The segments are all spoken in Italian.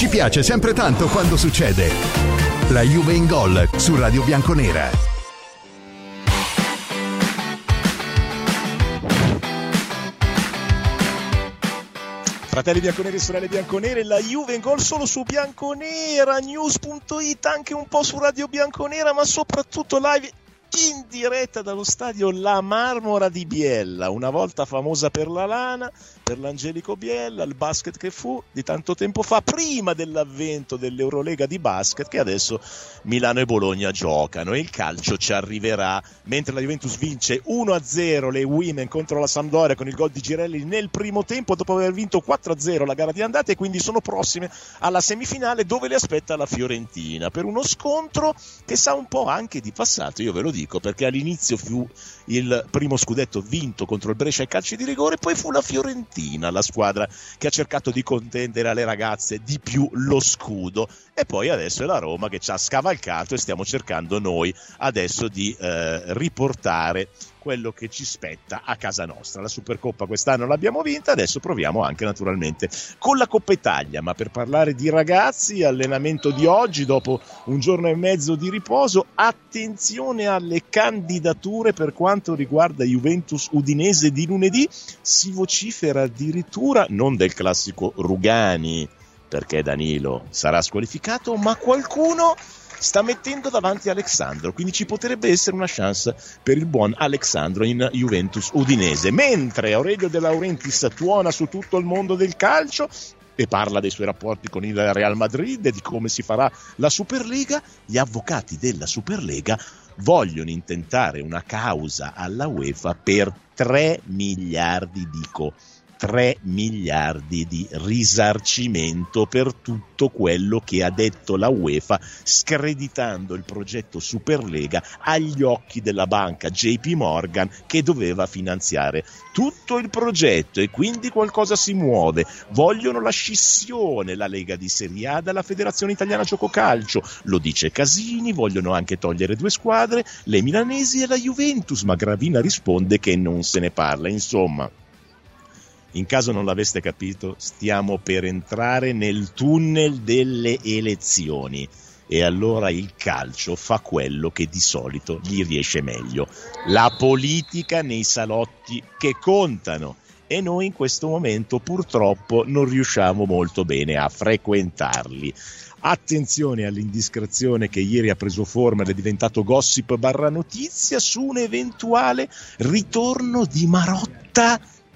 Ci piace sempre tanto quando succede. La Juve in gol su Radio Bianconera. Fratelli bianconeri e sorelle bianconere, la Juve in gol solo su Bianconera, news.it, anche un po' su Radio Bianconera, ma soprattutto live in diretta dallo stadio La Marmora di Biella, una volta famosa per la lana, per l'Angelico Biella, il basket che fu di tanto tempo fa, prima dell'avvento dell'Eurolega di basket, che adesso Milano e Bologna giocano, e il calcio ci arriverà mentre la Juventus vince 1-0 le Women contro la Sampdoria con il gol di Girelli nel primo tempo, dopo aver vinto 4-0 la gara di andata, e quindi sono prossime alla semifinale, dove le aspetta la Fiorentina per uno scontro che sa un po' anche di passato, io ve lo dico, perché all'inizio fu il primo scudetto vinto contro il Brescia ai calci di rigore, poi fu la Fiorentina la squadra che ha cercato di contendere alle ragazze di più lo scudo, e poi adesso è la Roma che ci ha scavalcato, e stiamo cercando noi adesso di riportare quello che ci spetta a casa nostra. La Supercoppa quest'anno l'abbiamo vinta, adesso proviamo anche naturalmente con la Coppa Italia, ma per parlare di ragazzi, allenamento di oggi dopo un giorno e mezzo di riposo, attenzione alle candidature per quanto riguarda Juventus Udinese di lunedì, si vocifera addirittura non del classico Rugani, perché Danilo sarà squalificato, ma qualcuno sta mettendo davanti Alexandro, quindi ci potrebbe essere una chance per il buon Alexandro in Juventus Udinese, mentre Aurelio De Laurentiis tuona su tutto il mondo del calcio e parla dei suoi rapporti con il Real Madrid e di come si farà la Superlega. Gli avvocati della Superlega vogliono intentare una causa alla UEFA per 3 miliardi, 3 miliardi di risarcimento per tutto quello che ha detto la UEFA, screditando il progetto Superlega agli occhi della banca JP Morgan, che doveva finanziare tutto il progetto, e quindi qualcosa si muove. Vogliono la scissione, la Lega di Serie A dalla Federazione Italiana Giococalcio, lo dice Casini, vogliono anche togliere 2 squadre, le milanesi e la Juventus, ma Gravina risponde che non se ne parla. Insomma, in caso non l'aveste capito, stiamo per entrare nel tunnel delle elezioni, e allora il calcio fa quello che di solito gli riesce meglio: la politica nei salotti che contano, e noi in questo momento purtroppo non riusciamo molto bene a frequentarli. Attenzione all'indiscrezione che ieri ha preso forma ed è diventato gossip barra notizia su un eventuale ritorno di Marotta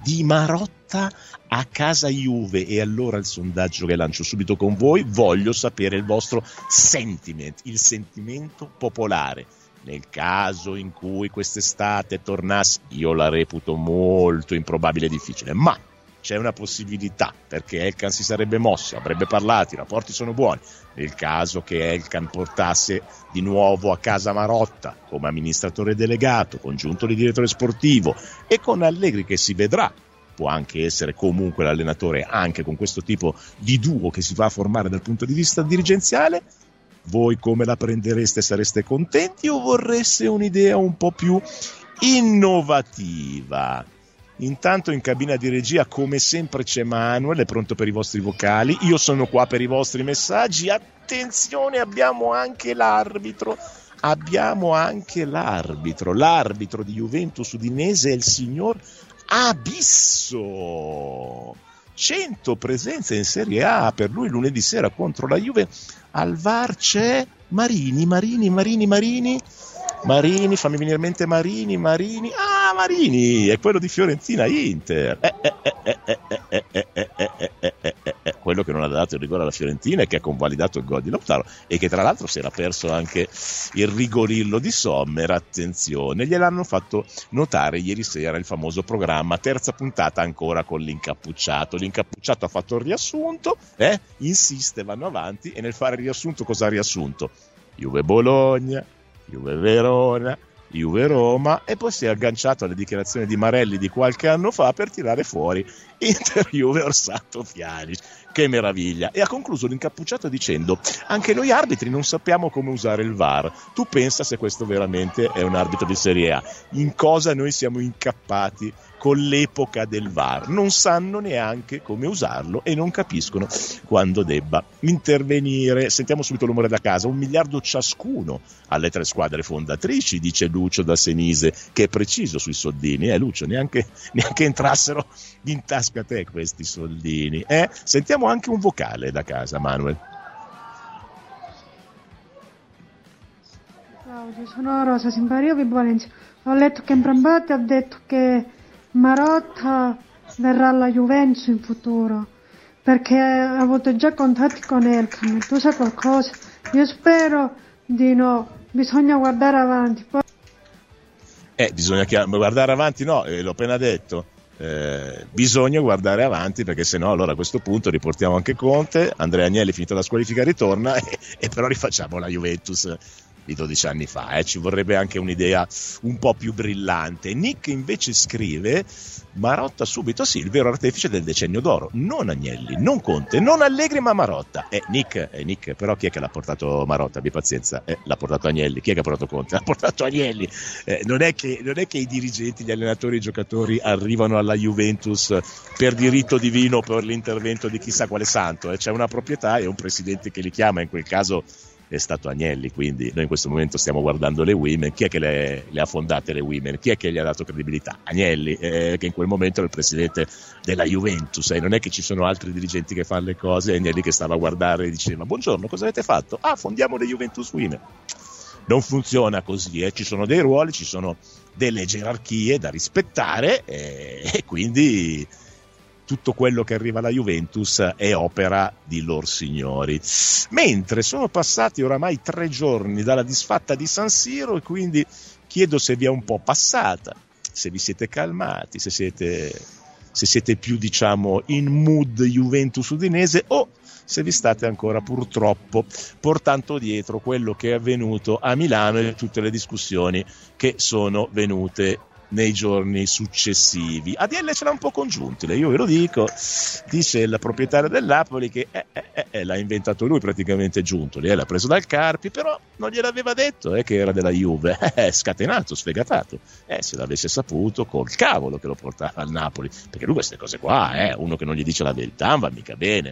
a casa Juve. E allora il sondaggio che lancio subito con voi, voglio sapere il vostro sentiment, il sentimento popolare. Nel caso in cui quest'estate tornasse, io la reputo molto improbabile e difficile, ma c'è una possibilità, perché Elkann si sarebbe mosso, avrebbe parlato, i rapporti sono buoni. Nel caso che Elkann portasse di nuovo a casa Marotta come amministratore delegato, congiunto di direttore sportivo, e con Allegri che si vedrà, può anche essere comunque l'allenatore anche con questo tipo di duo che si va a formare dal punto di vista dirigenziale, voi come la prendereste? Sareste contenti o vorreste un'idea un po' più innovativa? Intanto in cabina di regia come sempre c'è Manuel, è pronto per i vostri vocali, io sono qua per i vostri messaggi. Attenzione, abbiamo anche l'arbitro, l'arbitro di Juventus Udinese è il signor Abisso. 100 presenze in Serie A per lui lunedì sera contro la Juve. Al VAR c'è Marini, fammi venire in mente Marini, è quello di Fiorentina Inter, quello che non ha dato il rigore alla Fiorentina e che ha convalidato il gol di Lautaro, e che tra l'altro si era perso anche il rigorillo di Sommer. Attenzione, gliel'hanno fatto notare ieri sera il famoso programma, terza puntata ancora con l'incappucciato ha fatto il riassunto, insiste, vanno avanti, e nel fare il riassunto cosa ha riassunto? Juve Bologna, Juve Verona, Juve Roma, e poi si è agganciato alle dichiarazioni di Marelli di qualche anno fa per tirare fuori Inter Juve Orsato Pjanic. che meraviglia. E ha concluso l'incappucciato dicendo: anche noi arbitri non sappiamo come usare il VAR. Tu pensa se questo veramente è un arbitro di Serie A, in cosa noi siamo incappati con l'epoca del VAR. Non sanno neanche come usarlo e non capiscono quando debba intervenire. Sentiamo subito l'umore da casa. 1 miliardo ciascuno alle 3 squadre fondatrici, dice Lucio da Senise, che è preciso sui soldini. Lucio, neanche entrassero in tasca a te questi soldini. Sentiamo anche un vocale da casa, Manuel. Claudio, sono Rosa Simpario di Valencia. Ho letto che Brambati ha detto che Marotta verrà alla Juventus in futuro perché ha avuto già contatti con Elkann. Tu sai qualcosa? Io spero di no, bisogna guardare avanti. Bisogna guardare avanti, no, l'ho appena detto. Bisogna guardare avanti, perché sennò allora a questo punto riportiamo anche Conte. Andrea Agnelli, finita la squalifica, ritorna e però rifacciamo la Juventus di 12 anni fa. Ci vorrebbe anche un'idea un po' più brillante. Nick invece scrive: Marotta subito sì, il vero artefice del decennio d'oro, non Agnelli, non Conte, non Allegri, ma Marotta. Nick, però chi è che l'ha portato Marotta? Abbi pazienza, l'ha portato Agnelli. Chi è che ha portato Conte? L'ha portato Agnelli. Non è che i dirigenti, gli allenatori, i giocatori arrivano alla Juventus per diritto divino, per l'intervento di chissà quale santo. C'è una proprietà e un presidente che li chiama, in quel caso è stato Agnelli. Quindi noi in questo momento stiamo guardando le Women. Chi è che le ha fondate le Women? Chi è che gli ha dato credibilità? Agnelli, che in quel momento era il presidente della Juventus, non è che ci sono altri dirigenti che fanno le cose. Agnelli che stava a guardare e diceva: buongiorno, cosa avete fatto? Fondiamo le Juventus Women. Non funziona così, ci sono dei ruoli, ci sono delle gerarchie da rispettare, e quindi tutto quello che arriva alla Juventus è opera di lor signori. Mentre sono passati oramai 3 giorni dalla disfatta di San Siro, e quindi chiedo se vi è un po' passata, se vi siete calmati, se siete più, diciamo, in mood Juventus udinese, o se vi state ancora purtroppo portando dietro quello che è avvenuto a Milano e tutte le discussioni che sono venute nei giorni successivi. ADL ce l'ha un po' congiuntile, io ve lo dico. Dice il proprietario del Napoli che l'ha inventato lui praticamente Giuntoli, l'ha preso dal Carpi, però non gliel'aveva detto che era della Juve. Scatenato, sfegatato. Se l'avesse saputo, col cavolo che lo portava al Napoli, perché lui queste cose qua, uno che non gli dice la verità non va mica bene.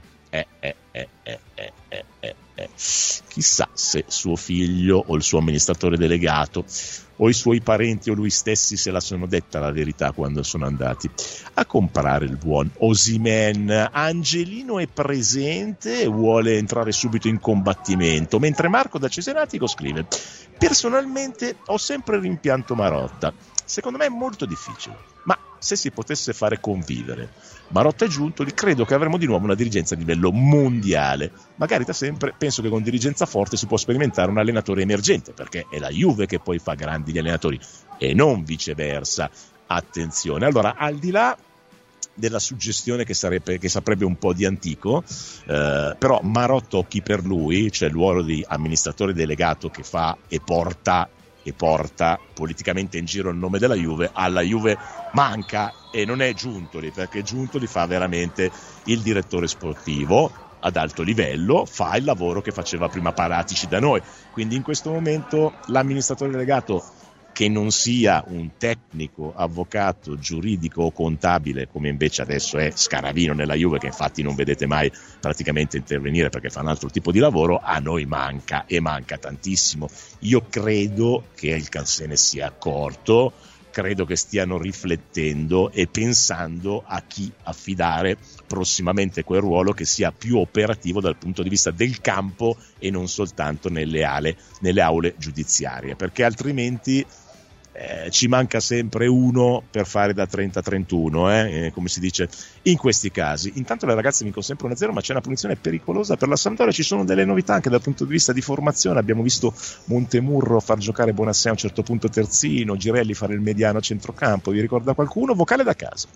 Chissà se suo figlio o il suo amministratore delegato o i suoi parenti o lui stessi se la sono detta la verità quando sono andati a comprare il buon Osimhen. Angelino è presente e vuole entrare subito in combattimento, mentre Marco da Cesenatico scrive: personalmente ho sempre rimpianto Marotta, secondo me è molto difficile, ma se si potesse fare convivere Marotta e Giuntoli, credo che avremo di nuovo una dirigenza a livello mondiale. Magari da sempre penso che con dirigenza forte si può sperimentare un allenatore emergente, perché è la Juve che poi fa grandi gli allenatori e non viceversa. Attenzione. Allora, al di là della suggestione che saprebbe un po' di antico, però Marotta occhi per lui, cioè il ruolo di amministratore delegato che fa e porta politicamente in giro il nome della Juve, alla Juve manca, e non è Giuntoli, perché Giuntoli fa veramente il direttore sportivo ad alto livello, fa il lavoro che faceva prima Paratici da noi. Quindi in questo momento l'amministratore delegato, che non sia un tecnico, avvocato, giuridico o contabile, come invece adesso è Scaravino nella Juve, che infatti non vedete mai praticamente intervenire perché fa un altro tipo di lavoro, a noi manca, e manca tantissimo. Io credo che Elkann se ne sia accorto, credo che stiano riflettendo e pensando a chi affidare prossimamente quel ruolo che sia più operativo dal punto di vista del campo e non soltanto nelle aule giudiziarie, perché altrimenti ci manca sempre uno per fare da 30-31, come si dice in questi casi. Intanto le ragazze vincono sempre 1-0, ma c'è una punizione pericolosa per la Sampdoria. Ci sono delle novità anche dal punto di vista di formazione. Abbiamo visto Montemurro far giocare Bonassè a un certo punto terzino, Girelli fare il mediano a centrocampo. Vi ricorda qualcuno? Vocale da casa.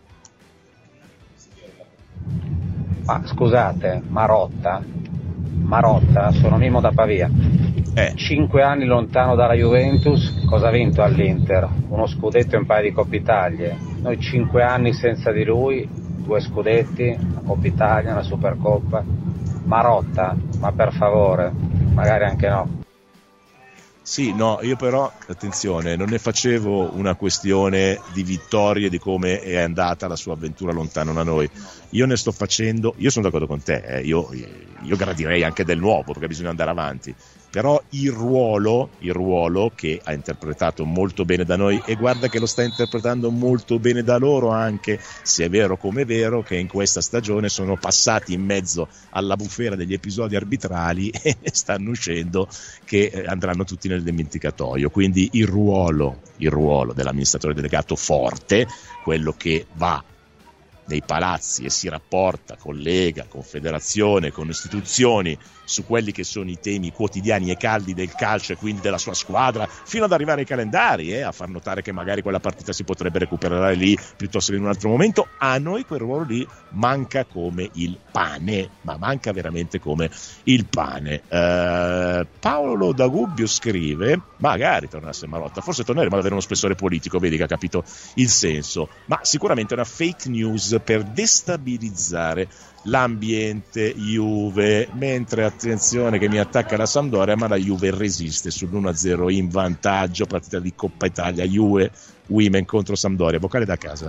Scusate, Marotta, sono Mimo da Pavia. 5 anni lontano dalla Juventus, cosa ha vinto all'Inter? Uno scudetto e un paio di Coppe Italie. Noi 5 anni senza di lui 2 scudetti, la Coppa Italia, la Supercoppa. Marotta, ma per favore, magari anche no. Sì, no, io però, attenzione, non ne facevo una questione di vittorie, di come è andata la sua avventura lontano da noi. Io ne sto facendo, io sono d'accordo con te, io gradirei anche del nuovo, perché bisogna andare avanti. Però il ruolo che ha interpretato molto bene da noi, e guarda che lo sta interpretando molto bene da loro anche, se è vero come è vero che in questa stagione sono passati in mezzo alla bufera degli episodi arbitrali e stanno uscendo che andranno tutti nel dimenticatoio. Quindi il ruolo dell'amministratore delegato forte, quello che va nei palazzi e si rapporta con Lega, con federazione, con istituzioni su quelli che sono i temi quotidiani e caldi del calcio e quindi della sua squadra, fino ad arrivare ai calendari, a far notare che magari quella partita si potrebbe recuperare lì piuttosto che in un altro momento. A noi quel ruolo lì manca come il pane, ma manca veramente come il pane. Paolo da Gubbio scrive: magari tornasse Marotta, forse torneremo ad avere uno spessore politico, vedi che ha capito il senso, ma sicuramente è una fake news per destabilizzare l'ambiente Juve, mentre attenzione che mi attacca la Sampdoria, ma la Juve resiste sull'1-0 in vantaggio, partita di Coppa Italia, Juve Women contro Sampdoria. Vocale da casa.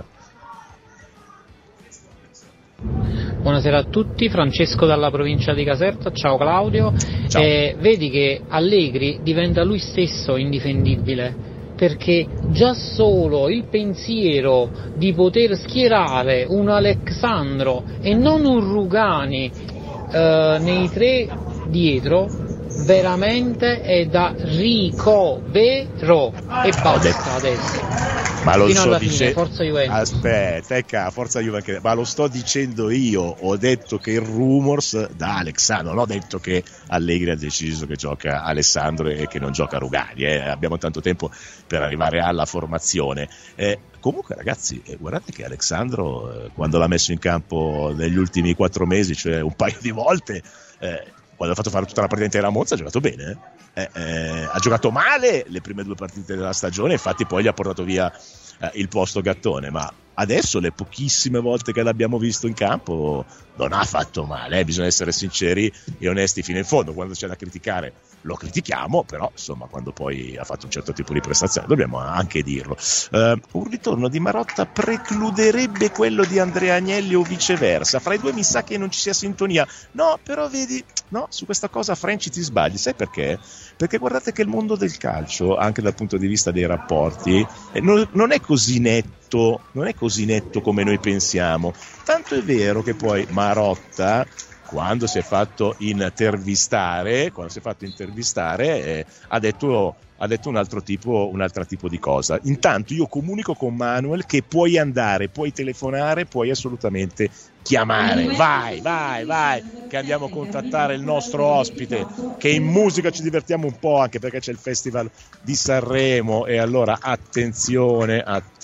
Buonasera a tutti, Francesco dalla provincia di Caserta. Ciao Claudio. Ciao. Vedi che Allegri diventa lui stesso indifendibile, perché già solo il pensiero di poter schierare un Alexandro e non un Rugani nei 3 dietro veramente è da ricovero, e basta adesso. Ma lo fino sto alla fine, dicendo. forza Juventus. Aspetta, forza Juventus, ma lo sto dicendo io. Ho detto che il rumors da Alexandro, non ho detto che Allegri ha deciso che gioca Alessandro e che non gioca Rugani. Abbiamo tanto tempo per arrivare alla formazione. Comunque ragazzi, guardate che Alexandro, quando l'ha messo in campo negli ultimi 4 mesi, cioè un paio di volte, quando ha fatto fare tutta la partita intera a Monza, ha giocato bene. Ha giocato male le prime 2 partite della stagione, infatti poi gli ha portato via il posto Gattone, ma adesso le pochissime volte che l'abbiamo visto in campo non ha fatto male, bisogna essere sinceri e onesti fino in fondo. Quando c'è da criticare lo critichiamo, però insomma quando poi ha fatto un certo tipo di prestazione dobbiamo anche dirlo. Un ritorno di Marotta precluderebbe quello di Andrea Agnelli o viceversa, fra i due mi sa che non ci sia sintonia. No, però vedi, no, su questa cosa French ti sbagli, sai perché? Perché guardate che il mondo del calcio, anche dal punto di vista dei rapporti, non è così netto, come noi pensiamo. Tanto è vero che poi Marotta, quando si è fatto intervistare, ha detto un altro tipo di cosa. Intanto io comunico con Manuel che puoi andare, puoi telefonare, puoi assolutamente chiamare, vai, che andiamo a contattare il nostro ospite, che in musica ci divertiamo un po', anche perché c'è il Festival di Sanremo. E allora attenzione,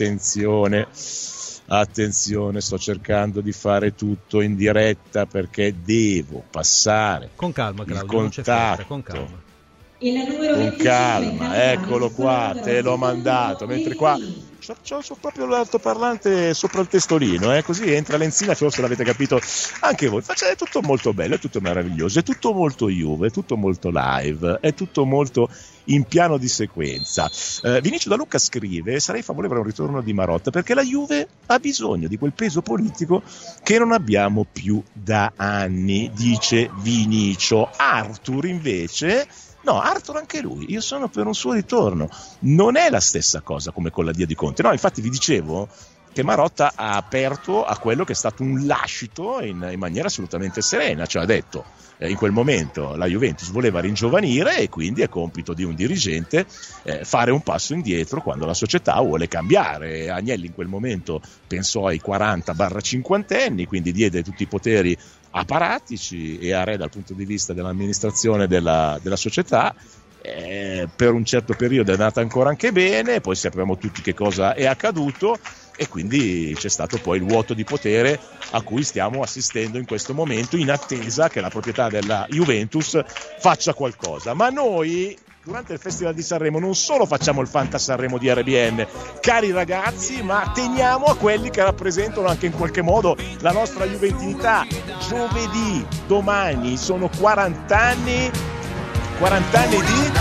sto cercando di fare tutto in diretta perché devo passare con calma, Claudio, il contatto, non c'è fretta, con calma. Con calma, eccolo qua, te l'ho mandato, mentre qua c'ho proprio l'altoparlante sopra il testolino, così entra Lenzina, forse l'avete capito anche voi. È tutto molto bello, è tutto meraviglioso, è tutto molto Juve, è tutto molto live, è tutto molto in piano di sequenza. Vinicio da Lucca scrive: sarei favorevole a un ritorno di Marotta perché la Juve ha bisogno di quel peso politico che non abbiamo più da anni, dice Vinicio. Arthur invece, no, Arthur anche lui, io sono per un suo ritorno. Non è la stessa cosa come con la Dia di Conte. No, infatti vi dicevo che Marotta ha aperto a quello che è stato un lascito in maniera assolutamente serena, cioè ha detto in quel momento la Juventus voleva ringiovanire e quindi è compito di un dirigente fare un passo indietro quando la società vuole cambiare. Agnelli in quel momento pensò ai 40-50 anni, quindi diede tutti i poteri a Paratici e a Re dal punto di vista dell'amministrazione della società. Per un certo periodo è andata ancora anche bene, poi sappiamo tutti che cosa è accaduto e quindi c'è stato poi il vuoto di potere a cui stiamo assistendo in questo momento, in attesa che la proprietà della Juventus faccia qualcosa. Ma noi durante il Festival di Sanremo non solo facciamo il Fanta Sanremo di RBN, cari ragazzi, ma teniamo a quelli che rappresentano anche in qualche modo la nostra juventinità. Giovedì, domani, sono 40 anni di...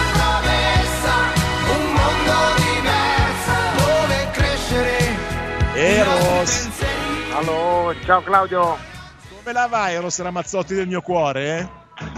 Un mondo diverso dove crescere. Eros. Allora, ciao Claudio. Come la vai, Eros Ramazzotti del mio cuore?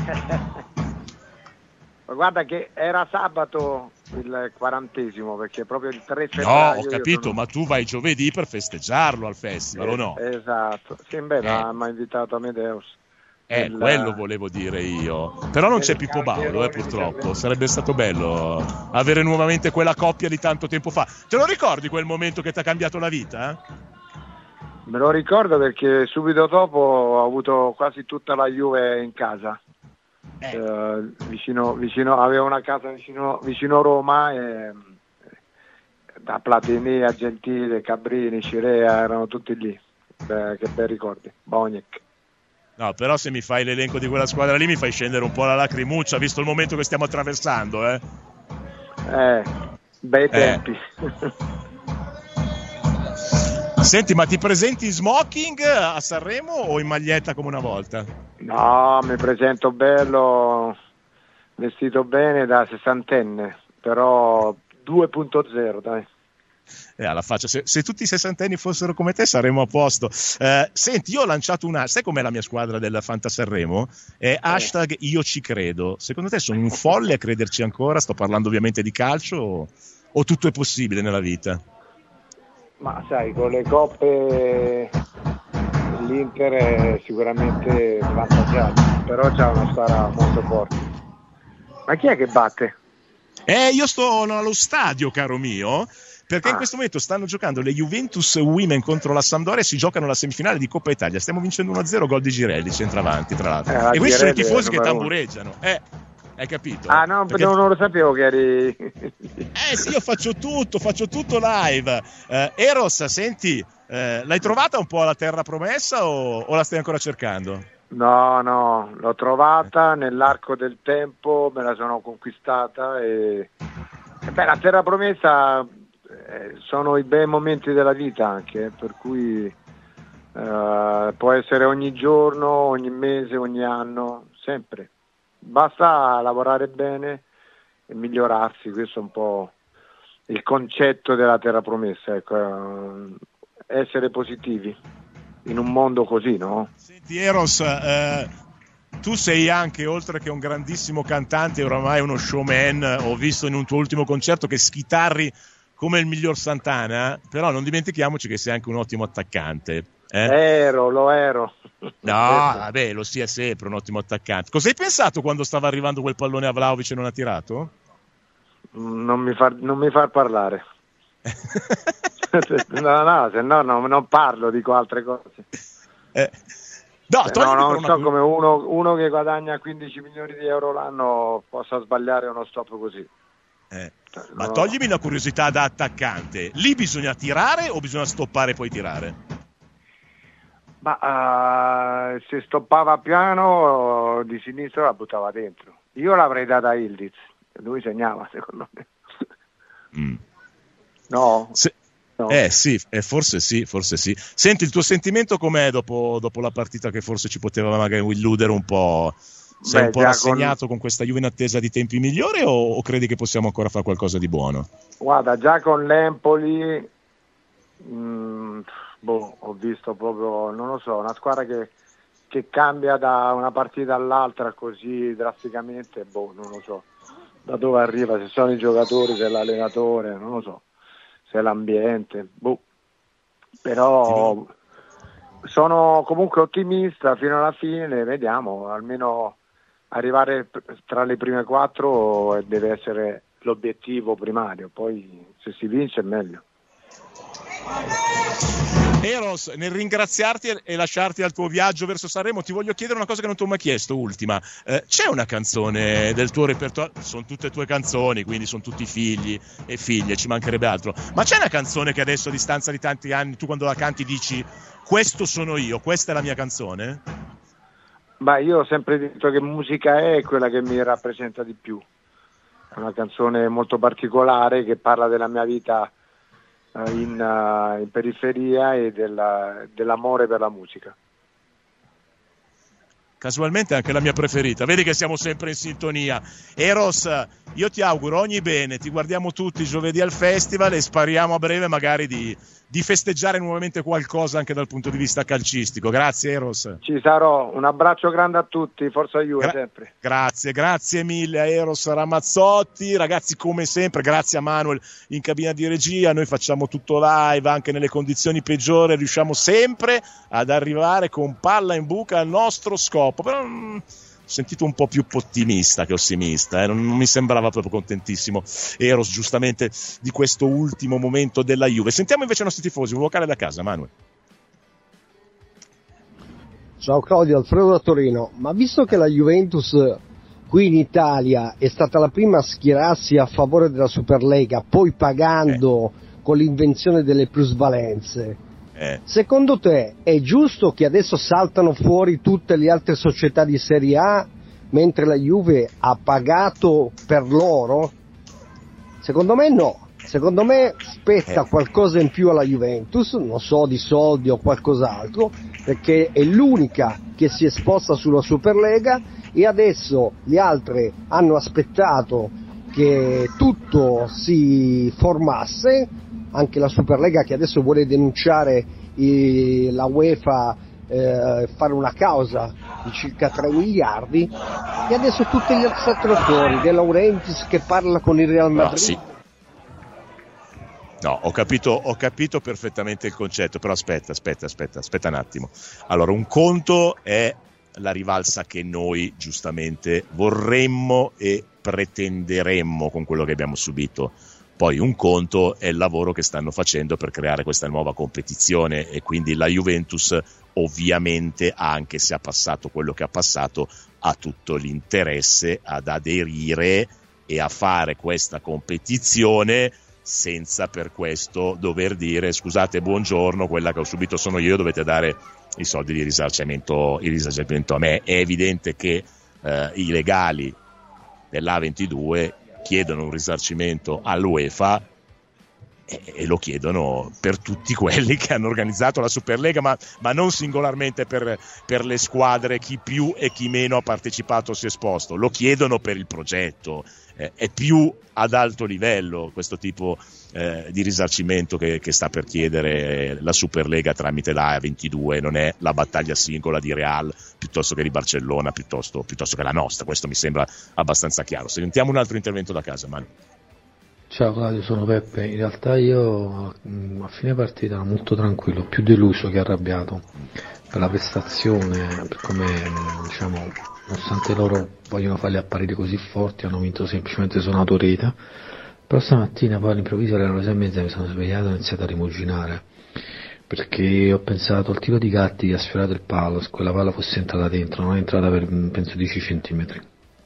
Guarda che era sabato il 40°, perché proprio il 3 febbraio... No, ho capito, ma tu vai giovedì per festeggiarlo al festival, o no? Esatto. Sì, beh, mi ha invitato Amadeus. Quello volevo dire io. Però non c'è Pippo Baudo, purtroppo. Sarebbe stato bello avere nuovamente quella coppia di tanto tempo fa. Te lo ricordi quel momento che ti ha cambiato la vita? Me lo ricordo perché subito dopo ho avuto quasi tutta la Juve in casa. Vicino, avevo una casa vicino Roma e da Platini a Gentile, Cabrini, Cirea erano tutti lì. Che bei ricordi. Boniek. No, però se mi fai l'elenco di quella squadra lì mi fai scendere un po' la lacrimuccia, visto il momento che stiamo attraversando, bei tempi. Senti, ma ti presenti in smoking a Sanremo o in maglietta come una volta? No, mi presento bello, vestito bene da sessantenne, però 2.0, dai. Alla faccia, se tutti i sessantenni fossero come te saremmo a posto. Senti, io ho lanciato sai com'è la mia squadra del Fanta Sanremo? Hashtag io ci credo. Secondo te sono un folle a crederci ancora? Sto parlando ovviamente di calcio o tutto è possibile nella vita? Ma sai, con le coppe l'Inter è sicuramente svantaggiato, però c'ha una squadra molto forte. Ma chi è che batte? Io sto allo stadio, caro mio, perché in questo momento stanno giocando le Juventus Women contro la Sampdoria e si giocano la semifinale di Coppa Italia. Stiamo vincendo 1-0, gol di Girelli, centravanti tra l'altro. E questi sono i tifosi che tambureggiano. Hai capito? No, perché... non lo sapevo che eri... Sì, io faccio tutto live. Eros, senti, l'hai trovata un po' la terra promessa o la stai ancora cercando? No, l'ho trovata nell'arco del tempo, me la sono conquistata e la terra promessa sono i bei momenti della vita anche, per cui può essere ogni giorno, ogni mese, ogni anno, sempre. Basta lavorare bene e migliorarsi, questo è un po' il concetto della terra promessa, ecco, essere positivi in un mondo così, no? Senti Eros, tu sei anche, oltre che un grandissimo cantante, oramai uno showman. Ho visto in un tuo ultimo concerto che schitarri come il miglior Santana, però non dimentichiamoci che sei anche un ottimo attaccante. Lo ero. No, vabbè, lo sia sempre un ottimo attaccante. Cosa hai pensato quando stava arrivando quel pallone a Vlahovic e non ha tirato? Non mi far parlare. No, se no non parlo, dico altre cose. Non so come uno che guadagna 15 milioni di euro l'anno possa sbagliare uno stop così. Ma toglimi una curiosità da attaccante. Lì bisogna tirare o bisogna stoppare e poi tirare? Ma se stoppava piano di sinistra la buttava dentro. Io l'avrei data a Ildiz, lui segnava secondo me. No? No. Sì, forse sì. Senti, il tuo sentimento com'è dopo la partita, che forse ci poteva magari illudere un po'? Sei un po' rassegnato con questa Juve in attesa di tempi migliori o credi che possiamo ancora fare qualcosa di buono? Guarda, già con l'Empoli ho visto proprio, non lo so, una squadra che cambia da una partita all'altra così drasticamente, non lo so da dove arriva, se sono i giocatori, se è l'allenatore, non lo so, se è l'ambiente, però sono comunque ottimista fino alla fine, vediamo, almeno arrivare tra le prime 4 deve essere l'obiettivo primario, poi se si vince è meglio. Eros, nel ringraziarti e lasciarti al tuo viaggio verso Sanremo, ti voglio chiedere una cosa che non ti ho mai chiesto, ultima. C'è una canzone del tuo repertorio? Sono tutte tue canzoni, quindi sono tutti figli e figlie, ci mancherebbe altro. Ma c'è una canzone che adesso, a distanza di tanti anni, tu quando la canti dici questo sono io, questa è la mia canzone? Io ho sempre detto che musica è quella che mi rappresenta di più. una canzone molto particolare che parla della mia vita in periferia e dell'amore per la musica. Casualmente anche la mia preferita, vedi che siamo sempre in sintonia. Eros, io ti auguro ogni bene, ti guardiamo tutti giovedì al festival e speriamo a breve magari di festeggiare nuovamente qualcosa anche dal punto di vista calcistico. Grazie Eros. Ci sarò, un abbraccio grande a tutti, forza Juve sempre. Grazie mille a Eros Ramazzotti, ragazzi, come sempre grazie a Manuel in cabina di regia, noi facciamo tutto live anche nelle condizioni peggiori, riusciamo sempre ad arrivare con palla in buca al nostro scopo, però ho sentito un po' più ottimista che ottimista, non mi sembrava proprio contentissimo Eros giustamente di questo ultimo momento della Juve. Sentiamo invece i nostri tifosi, un vocale da casa, Manuel. Ciao Claudio, Alfredo da Torino, ma visto che la Juventus qui in Italia è stata la prima a schierarsi a favore della Superlega, poi pagando con l'invenzione delle plusvalenze, secondo te è giusto che adesso saltano fuori tutte le altre società di Serie A mentre la Juve ha pagato per loro? Secondo me no, secondo me spetta qualcosa in più alla Juventus, non so, di soldi o qualcos'altro, perché è l'unica che si è esposta sulla Superlega e adesso le altre hanno aspettato che tutto si formasse, anche la Superlega che adesso vuole denunciare la UEFA, fare una causa di circa 3 miliardi, e adesso tutte gli saltano fuori, De Laurentiis che parla con il Real Madrid. Sì. No, ho capito perfettamente il concetto, però aspetta un attimo. Allora, un conto è la rivalsa che noi giustamente vorremmo e pretenderemmo con quello che abbiamo subito. Poi un conto è il lavoro che stanno facendo per creare questa nuova competizione, e quindi la Juventus ovviamente, anche se ha passato quello che ha passato, ha tutto l'interesse ad aderire e a fare questa competizione senza per questo dover dire scusate, buongiorno, quella che ho subito sono io, dovete dare i soldi di risarcimento a me. È evidente che i legali dell'A22 chiedono un risarcimento all'UEFA e lo chiedono per tutti quelli che hanno organizzato la Superlega, ma non singolarmente per le squadre, chi più e chi meno ha partecipato o si è esposto, lo chiedono per il progetto. È più ad alto livello questo tipo di risarcimento che sta per chiedere la Superlega tramite la A22, non è la battaglia singola di Real piuttosto che di Barcellona, piuttosto che la nostra. Questo mi sembra abbastanza chiaro. Sentiamo un altro intervento da casa, Manu. Ciao Claudio, sono Peppe. In realtà io a fine partita ero molto tranquillo, più deluso che arrabbiato per la prestazione, per come, diciamo, nonostante loro vogliono farli apparire così forti, hanno vinto semplicemente su un'autoreta. Però stamattina poi all'improvviso alle 9:30 mi sono svegliato e ho iniziato a rimuginare, perché ho pensato al tiro di Gatti che ha sfiorato il palo, se quella palla fosse entrata dentro, non è entrata per penso 10 centimetri.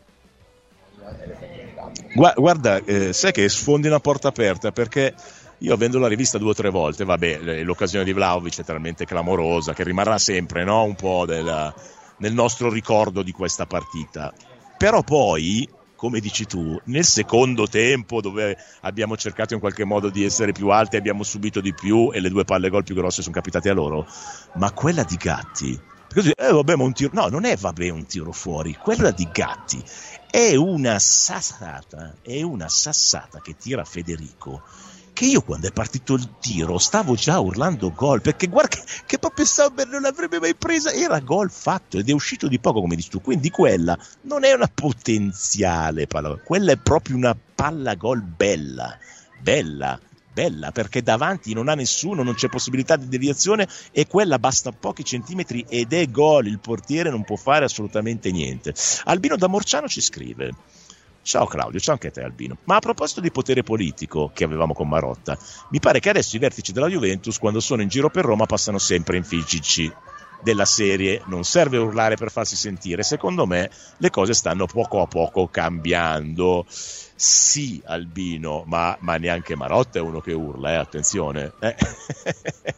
Guarda, sai che sfondi una porta aperta, perché io avendo la rivista 2 o 3 volte, vabbè, l'occasione di Vlahovic è talmente clamorosa che rimarrà sempre, no? Un po' nel nostro ricordo di questa partita. Però poi, come dici tu, nel secondo tempo, dove abbiamo cercato in qualche modo di essere più alti, abbiamo subito di più e le 2 palle gol più grosse sono capitate a loro, ma quella di Gatti, vabbè, ma un tiro, no, non è un tiro fuori, quella di Gatti è una sassata che tira Federico, che io quando è partito il tiro stavo già urlando gol, perché guarda che proprio Sauber non l'avrebbe mai presa, era gol fatto ed è uscito di poco, come dici tu. Quindi quella non è una potenziale palla, quella è proprio una palla gol bella, perché davanti non ha nessuno, non c'è possibilità di deviazione e quella basta pochi centimetri ed è gol, il portiere non può fare assolutamente niente. Albino da Morciano ci scrive: ciao Claudio, ciao anche a te Albino, ma a proposito di potere politico che avevamo con Marotta, mi pare che adesso i vertici della Juventus quando sono in giro per Roma passano sempre in FIGC, della serie non serve urlare per farsi sentire. Secondo me le cose stanno poco a poco cambiando. Sì, Albino, ma neanche Marotta è uno che urla, attenzione.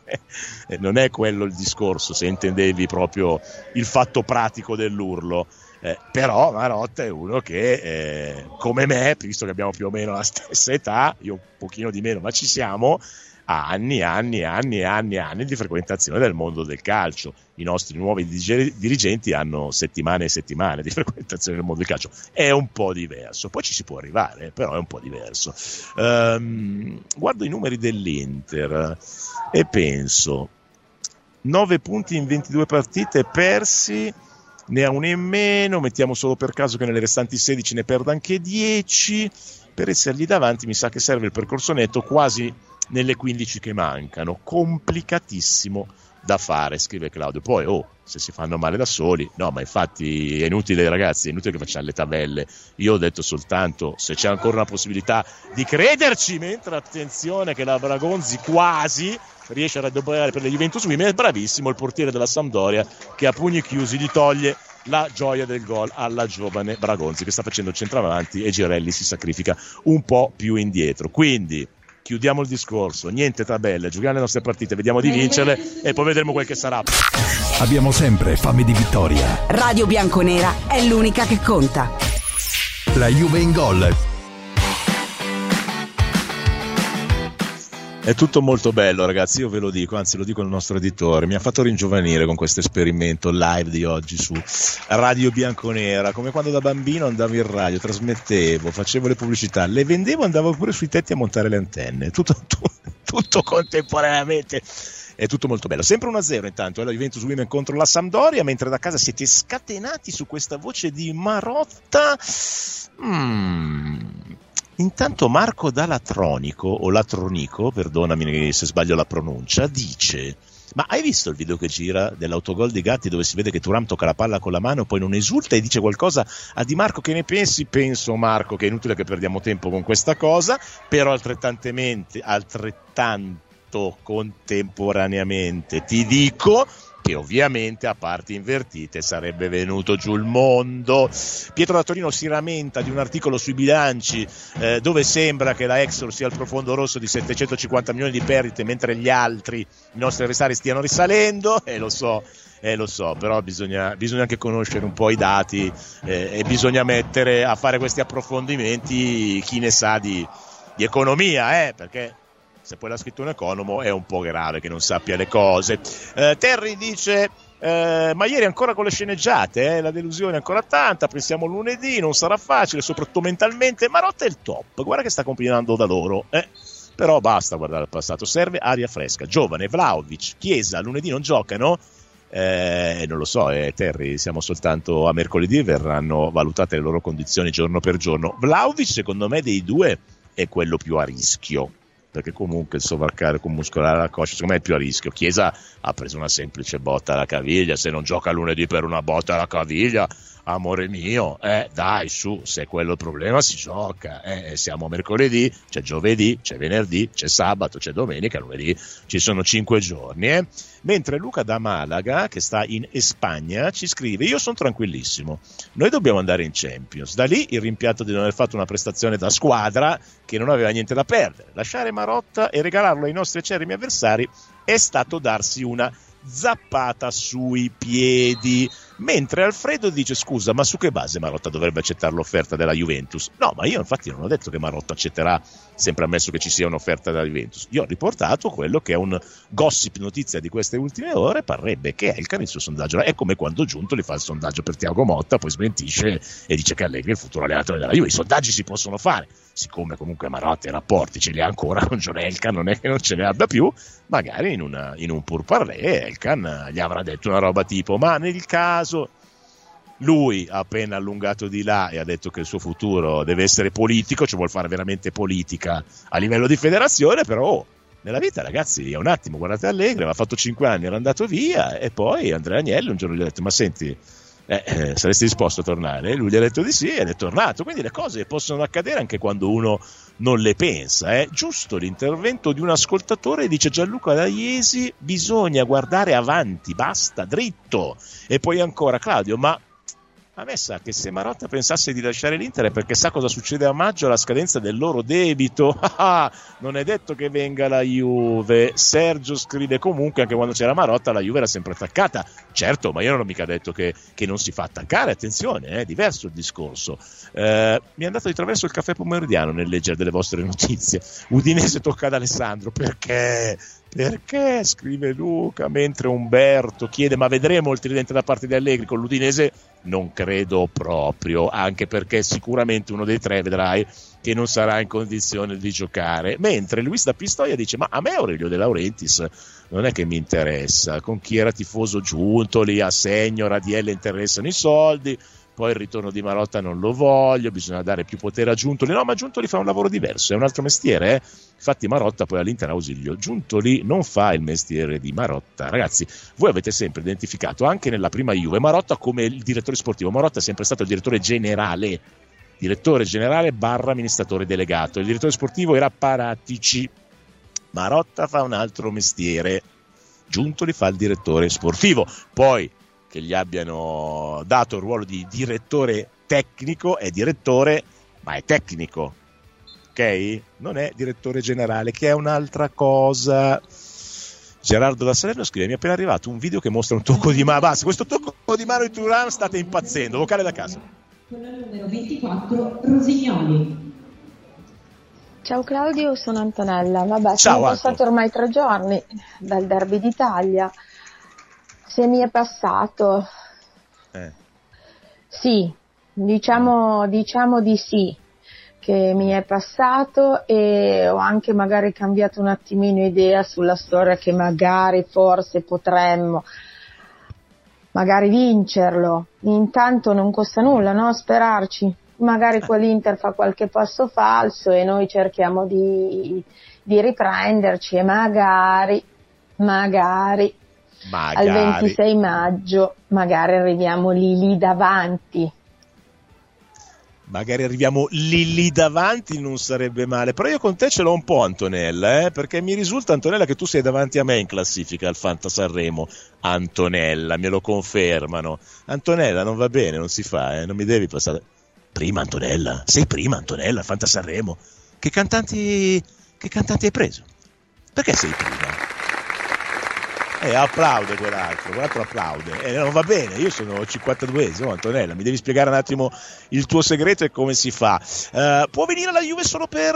Non è quello il discorso, se intendevi proprio il fatto pratico dell'urlo. Però Marotta è uno che come me, visto che abbiamo più o meno la stessa età, io un pochino di meno, ma ci siamo, ha anni di frequentazione del mondo del calcio. I nostri nuovi dirigenti hanno settimane e settimane di frequentazione del mondo del calcio. È un po' diverso, poi ci si può arrivare, però è un po' diverso. Guardo i numeri dell'Inter e penso 9 punti in 22 partite persi, ne ha uno in meno, mettiamo solo per caso che nelle restanti 16 ne perda anche 10, per essergli davanti mi sa che serve il percorso netto quasi nelle 15 che mancano. Complicatissimo da fare, scrive Claudio. Poi se si fanno male da soli, no, ma infatti è inutile, ragazzi, è inutile che facciamo le tabelle. Io ho detto soltanto se c'è ancora una possibilità di crederci, mentre attenzione che la Bragonzi quasi riesce a raddoppiare per le Juventus Women. È bravissimo il portiere della Sampdoria che a pugni chiusi gli toglie la gioia del gol alla giovane Bragonzi, che sta facendo il centravanti e Girelli si sacrifica un po' più indietro. Quindi chiudiamo il discorso, niente tabelle, giochiamo le nostre partite, vediamo di vincerle e poi vedremo quel che sarà. Abbiamo sempre fame di vittoria. Radio Bianconera è l'unica che conta. La Juve in gol. È tutto molto bello, ragazzi, io ve lo dico, anzi lo dico al nostro editore, mi ha fatto ringiovanire con questo esperimento live di oggi su Radio Bianconera, come quando da bambino andavo in radio, trasmettevo, facevo le pubblicità, le vendevo, andavo pure sui tetti a montare le antenne, tutto contemporaneamente. È tutto molto bello. Sempre 1-0 intanto, la Juventus Women contro la Sampdoria, mentre da casa siete scatenati su questa voce di Marotta. Intanto Marco da Latronico, o Latronico, perdonami se sbaglio la pronuncia, dice: ma hai visto il video che gira dell'autogol di Gatti dove si vede che Thuram tocca la palla con la mano, poi non esulta e dice qualcosa a Di Marco? Che ne pensi? Penso, Marco, che è inutile che perdiamo tempo con questa cosa, però altrettanto contemporaneamente ti dico che ovviamente a parti invertite sarebbe venuto giù il mondo. Pietro da Torino si lamenta di un articolo sui bilanci dove sembra che la Exor sia al profondo rosso di 750 milioni di perdite, mentre gli altri, i nostri avversari, stiano risalendo, lo so, però bisogna anche conoscere un po' i dati e bisogna mettere a fare questi approfondimenti chi ne sa di economia, perché se poi l'ha scritto un economo è un po' grave che non sappia le cose. Terry dice: ma ieri ancora con le sceneggiate, la delusione è ancora tanta, pensiamo lunedì, non sarà facile, soprattutto mentalmente. Marotta è il top, guarda che sta combinando da loro, però basta guardare al passato, serve aria fresca. Giovane, Vlahovic, Chiesa, lunedì non giocano? Non lo so, Terry, siamo soltanto a mercoledì, verranno valutate le loro condizioni giorno per giorno. Vlahovic secondo me dei due è quello più a rischio, perché comunque il sovraccarico muscolare alla coscia secondo me è più a rischio. Chiesa ha preso una semplice botta alla caviglia, se non gioca lunedì per una botta alla caviglia, amore mio, dai, su, se è quello il problema si gioca, siamo a mercoledì, c'è giovedì, c'è venerdì, c'è sabato, c'è domenica, lunedì ci sono 5 giorni, Mentre Luca da Malaga, che sta in Spagna, ci scrive: io sono tranquillissimo, noi dobbiamo andare in Champions, da lì il rimpianto di non aver fatto una prestazione da squadra che non aveva niente da perdere, lasciare Marotta e regalarlo ai nostri acerrimi avversari è stato darsi una zappata sui piedi. Mentre Alfredo dice: scusa, ma su che base Marotta dovrebbe accettare l'offerta della Juventus? No, ma io infatti non ho detto che Marotta accetterà, sempre ammesso che ci sia un'offerta della Juventus. Io ho riportato quello che è un gossip, notizia di queste ultime ore, parrebbe che Elkann il suo sondaggio è come quando Giunto fa il sondaggio per Thiago Motta, poi smentisce e dice che Allegri è il futuro alleatore della Juve. I sondaggi si possono fare, siccome comunque Marotta i rapporti ce li ha ancora con John Elkann, non è che non ce ne abbia più, magari in un pourparlers Elkann gli avrà detto una roba tipo: ma nel caso lui ha appena allungato di là e ha detto che il suo futuro deve essere politico, ci vuol fare veramente politica a livello di federazione, però nella vita, ragazzi, è un attimo, guardate Allegri, aveva fatto 5 anni, era andato via, e poi Andrea Agnelli un giorno gli ha detto: ma senti, saresti disposto a tornare? E lui gli ha detto di sì ed è tornato. Quindi le cose possono accadere anche quando uno non le pensa. Giusto l'intervento di un ascoltatore, dice Gianluca da Iesi: bisogna guardare avanti, basta, dritto. E poi ancora Claudio: ma A me sa che se Marotta pensasse di lasciare l'Inter è perché sa cosa succede a maggio alla scadenza del loro debito. Non è detto che venga la Juve. Sergio scrive comunque anche quando c'era Marotta la Juve era sempre attaccata. Certo, ma io non ho mica detto che non si fa attaccare, attenzione, è diverso il discorso. Mi è andato di traverso il caffè pomeridiano nel leggere delle vostre notizie. Udinese tocca ad Alessandro, perché? Perché? Scrive Luca, mentre Umberto chiede ma vedremo il tridente da parte di Allegri con l'Udinese? Non credo proprio, anche perché sicuramente uno dei tre vedrai che non sarà in condizione di giocare, mentre Luis da Pistoia dice ma a me Aurelio De Laurentiis non è che mi interessa, con chi era tifoso Giuntoli, a segno Radiele interessano i soldi, poi il ritorno di Marotta non lo voglio, bisogna dare più potere a Giuntoli. No, ma Giuntoli fa un lavoro diverso, è un altro mestiere, eh? Infatti Marotta poi all'Inter ausilio. Giuntoli non fa il mestiere di Marotta. Ragazzi, voi avete sempre identificato, anche nella prima Juve, Marotta come il direttore sportivo. Marotta è sempre stato il direttore generale barra amministratore delegato. Il direttore sportivo era Paratici. Marotta fa un altro mestiere. Giuntoli fa il direttore sportivo. Poi che gli abbiano dato il ruolo di direttore tecnico, è direttore, ma è tecnico, ok? Non è direttore generale, che è un'altra cosa. Gerardo da Salerno scrive: mi è appena arrivato un video che mostra un tocco di mano. Basta, questo tocco di mano di Thuram, state impazzendo. Vocale da casa. Con la numero 24, Rosignoli. Ciao Claudio, sono Antonella. Vabbè, sono passati ormai 3 giorni dal derby d'Italia. Se mi è passato, sì, diciamo di sì, che mi è passato, e ho anche magari cambiato un attimino idea sulla storia che magari, forse potremmo magari vincerlo. Intanto non costa nulla, no? Sperarci. Magari quell'Inter fa qualche passo falso e noi cerchiamo di riprenderci e magari al 26 maggio magari arriviamo lì davanti. Magari arriviamo lì davanti, non sarebbe male. Però io con te ce l'ho un po', Antonella, perché mi risulta, Antonella, che tu sei davanti a me in classifica al Fanta Sanremo. Antonella, me lo confermano. Antonella, non va bene, non si fa, non mi devi passare prima, Antonella. Sei prima, Antonella, al Fanta Sanremo. Che cantanti hai preso? Perché sei prima? Applaude quell'altro applaude. Non va bene, io sono 52esimo, Antonella, mi devi spiegare un attimo il tuo segreto e come si fa. Può venire la Juve solo per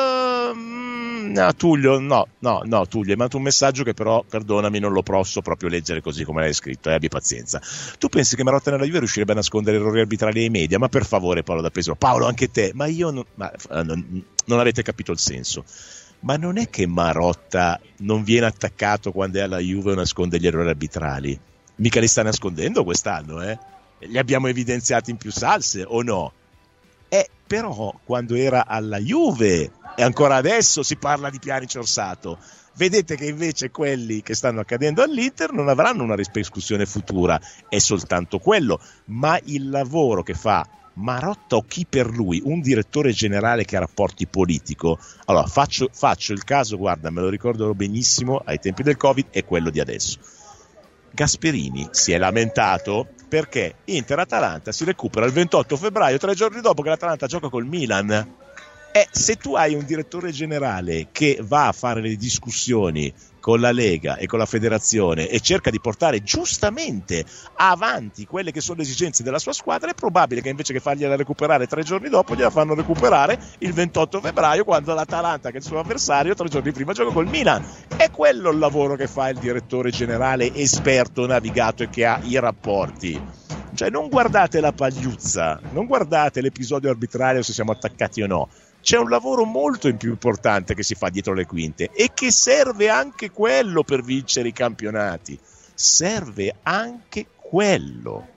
Tullio? No, Tullio, hai mandato un messaggio che però, perdonami, non lo posso proprio leggere così come l'hai scritto, abbi pazienza. Tu pensi che Marotta nella Juve riuscirebbe a nascondere errori arbitrali ai media? Ma per favore, Paolo da Pesaro, Paolo, anche te, ma io non avete capito il senso. Ma non è che Marotta non viene attaccato quando è alla Juve o nasconde gli errori arbitrali? Mica li sta nascondendo quest'anno, Li abbiamo evidenziati in più salse, o no? Però quando era alla Juve e ancora adesso si parla di piani Ciorsato. Vedete che invece quelli che stanno accadendo all'Inter non avranno una ripercussione futura, è soltanto quello. Ma il lavoro che fa Marotta o chi per lui, un direttore generale che ha rapporti politico, allora faccio il caso, guarda, me lo ricordo benissimo ai tempi del Covid, è quello di adesso. Gasperini si è lamentato perché Inter-Atalanta si recupera il 28 febbraio, 3 giorni dopo che l'Atalanta gioca col Milan. Se tu hai un direttore generale che va a fare le discussioni con la Lega e con la Federazione e cerca di portare giustamente avanti quelle che sono le esigenze della sua squadra, è probabile che invece che fargliela recuperare 3 giorni dopo, gliela fanno recuperare il 28 febbraio quando l'Atalanta, che è il suo avversario, 3 giorni prima gioca col Milan. È quello il lavoro che fa il direttore generale esperto, navigato e che ha i rapporti. Cioè, non guardate la pagliuzza, non guardate l'episodio arbitrario se siamo attaccati o no. C'è un lavoro molto più importante che si fa dietro le quinte e che serve anche quello per vincere i campionati. Serve anche quello.